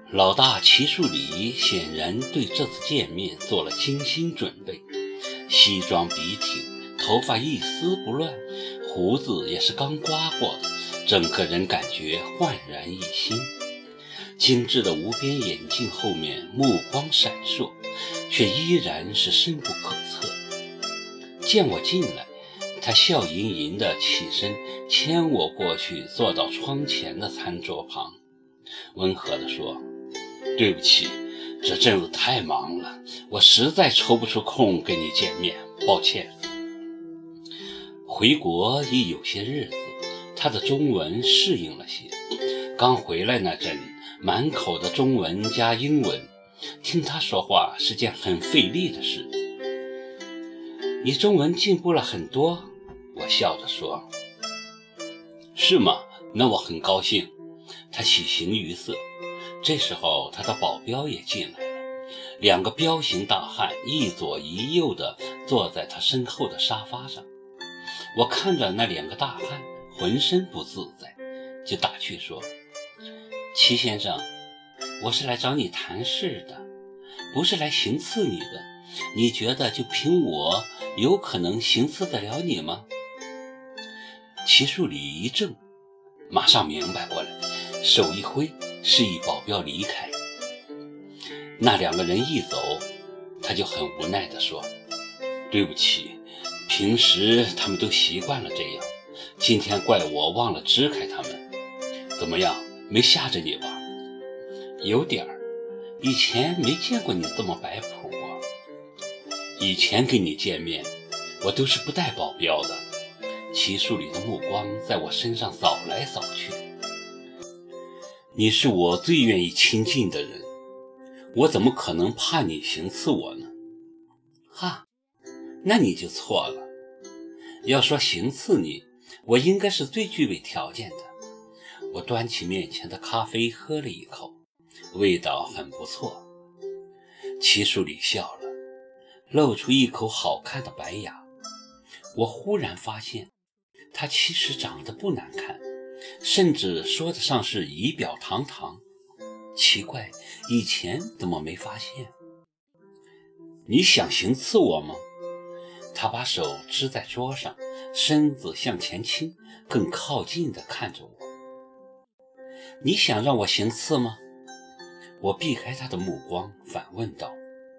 老大齐树礼显然对这次见面做了精心准备，西装笔挺，头发一丝不乱，胡子也是刚刮过的，整个人感觉焕然一新。精致的无边眼镜后面目光闪烁，却依然是深不可测。见我进来，他笑盈盈地起身牵我过去，坐到窗前的餐桌旁，温和地说：对不起，这阵子太忙了，我实在抽不出空跟你见面，抱歉。回国已有些日子，他的中文适应了些，刚回来那阵满口的中文加英文，听他说话是件很费力的事。你中文进步了很多，我笑着说。是吗？那我很高兴。他喜形于色。这时候他的保镖也进来了，两个彪形大汉一左一右地坐在他身后的沙发上。我看着那两个大汉浑身不自在，就打趣说：齐先生，我是来找你谈事的，不是来行刺你的，你觉得就凭我有可能行刺得了你吗？齐树礼一怔，马上明白过来，手一挥示意保镖离开。那两个人一走，他就很无奈地说：对不起，平时他们都习惯了这样，今天怪我忘了支开他们。怎么样，没吓着你吧？有点儿，以前没见过你这么摆谱过。以前跟你见面，我都是不带保镖的。齐树礼的目光在我身上扫来扫去。你是我最愿意亲近的人，我怎么可能怕你行刺我呢？哈，那你就错了。要说行刺你，我应该是最具备条件的。我端起面前的咖啡喝了一口，味道很不错。齐树礼笑了，露出一口好看的白牙。我忽然发现他其实长得不难看，甚至说得上是仪表堂堂。奇怪，以前怎么没发现？你想行刺我吗？他把手支在桌上，身子向前倾，更靠近地看着我。你想让我行刺吗？我避开他的目光，反问道。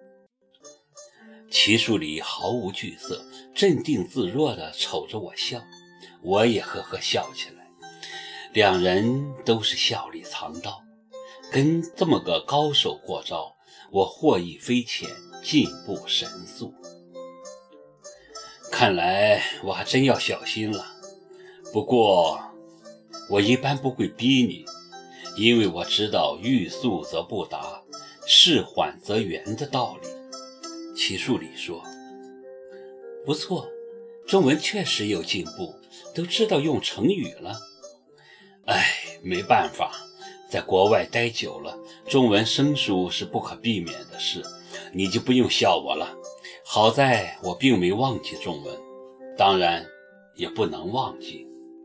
齐树礼毫无惧色，镇定自若地瞅着我笑，我也呵呵笑起来。两人都是笑里藏刀，跟这么个高手过招，我获益匪浅，进步神速。看来我还真要小心了。不过我一般不会逼你，因为我知道欲速则不达，事缓则圆的道理。齐树礼说。不错，中文确实有进步，都知道用成语了。没办法，在国外待久了，中文生疏是不可避免的事，你就不用笑我了。好在我并没忘记中文，当然也不能忘记。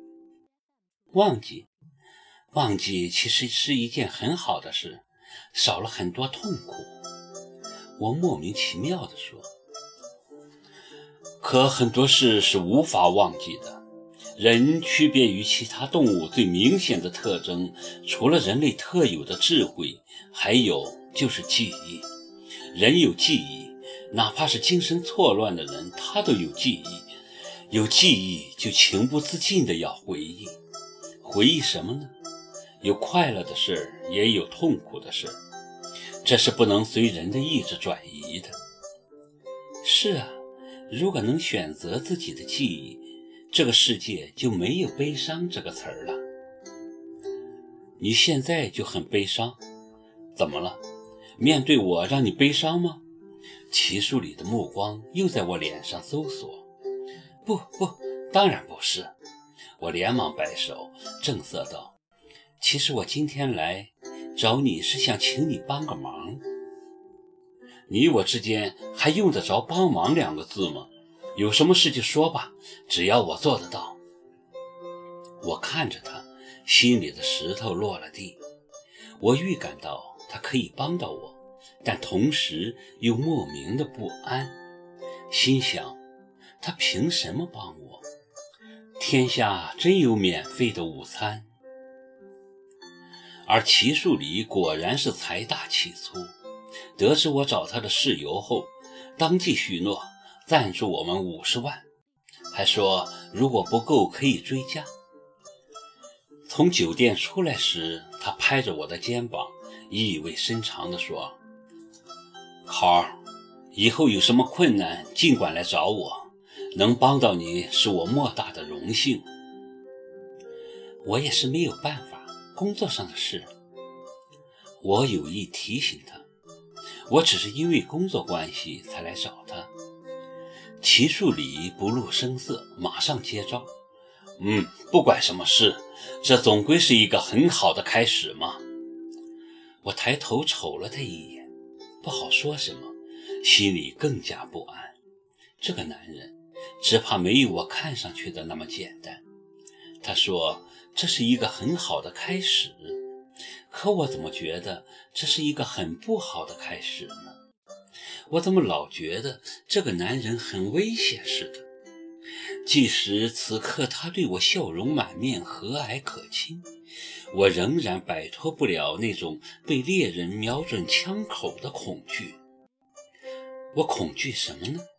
忘记其实是一件很好的事，少了很多痛苦。我莫名其妙地说。可很多事是无法忘记的。人区别于其他动物最明显的特征，除了人类特有的智慧，还有就是记忆。人有记忆，哪怕是精神错乱的人，他都有记忆。有记忆就情不自禁地要回忆。回忆什么呢？有快乐的事，也有痛苦的事，这是不能随人的意志转移的。是啊，如果能选择自己的记忆，这个世界就没有悲伤这个词儿了。你现在就很悲伤，怎么了？面对我让你悲伤吗？齐树礼的目光又在我脸上搜索。不，当然不是。我连忙摆手，正色道：其实我今天来找你是想请你帮个忙。你我之间还用得着帮忙两个字吗？有什么事就说吧，只要我做得到。我看着他，心里的石头落了地。我预感到他可以帮到我，但同时又莫名的不安，心想他凭什么帮我？天下真有免费的午餐？而齐树礼果然是财大气粗，得知我找他的事由后，当即许诺赞助我们50万，还说如果不够可以追加。从酒店出来时，他拍着我的肩膀，意味深长地说：考儿，以后有什么困难尽管来找我，能帮到你是我莫大的荣幸。我也是没有办法，工作上的事。我有意提醒他，我只是因为工作关系才来找他。齐树礼不露声色，马上接招：不管什么事，这总归是一个很好的开始嘛。我抬头瞅了他一眼，不好说什么，心里更加不安。这个男人只怕没有我看上去的那么简单。他说这是一个很好的开始，可我怎么觉得这是一个很不好的开始呢？我怎么老觉得这个男人很危险似的？即使此刻他对我笑容满面，和蔼可亲，我仍然摆脱不了那种被猎人瞄准枪口的恐惧。我恐惧什么呢？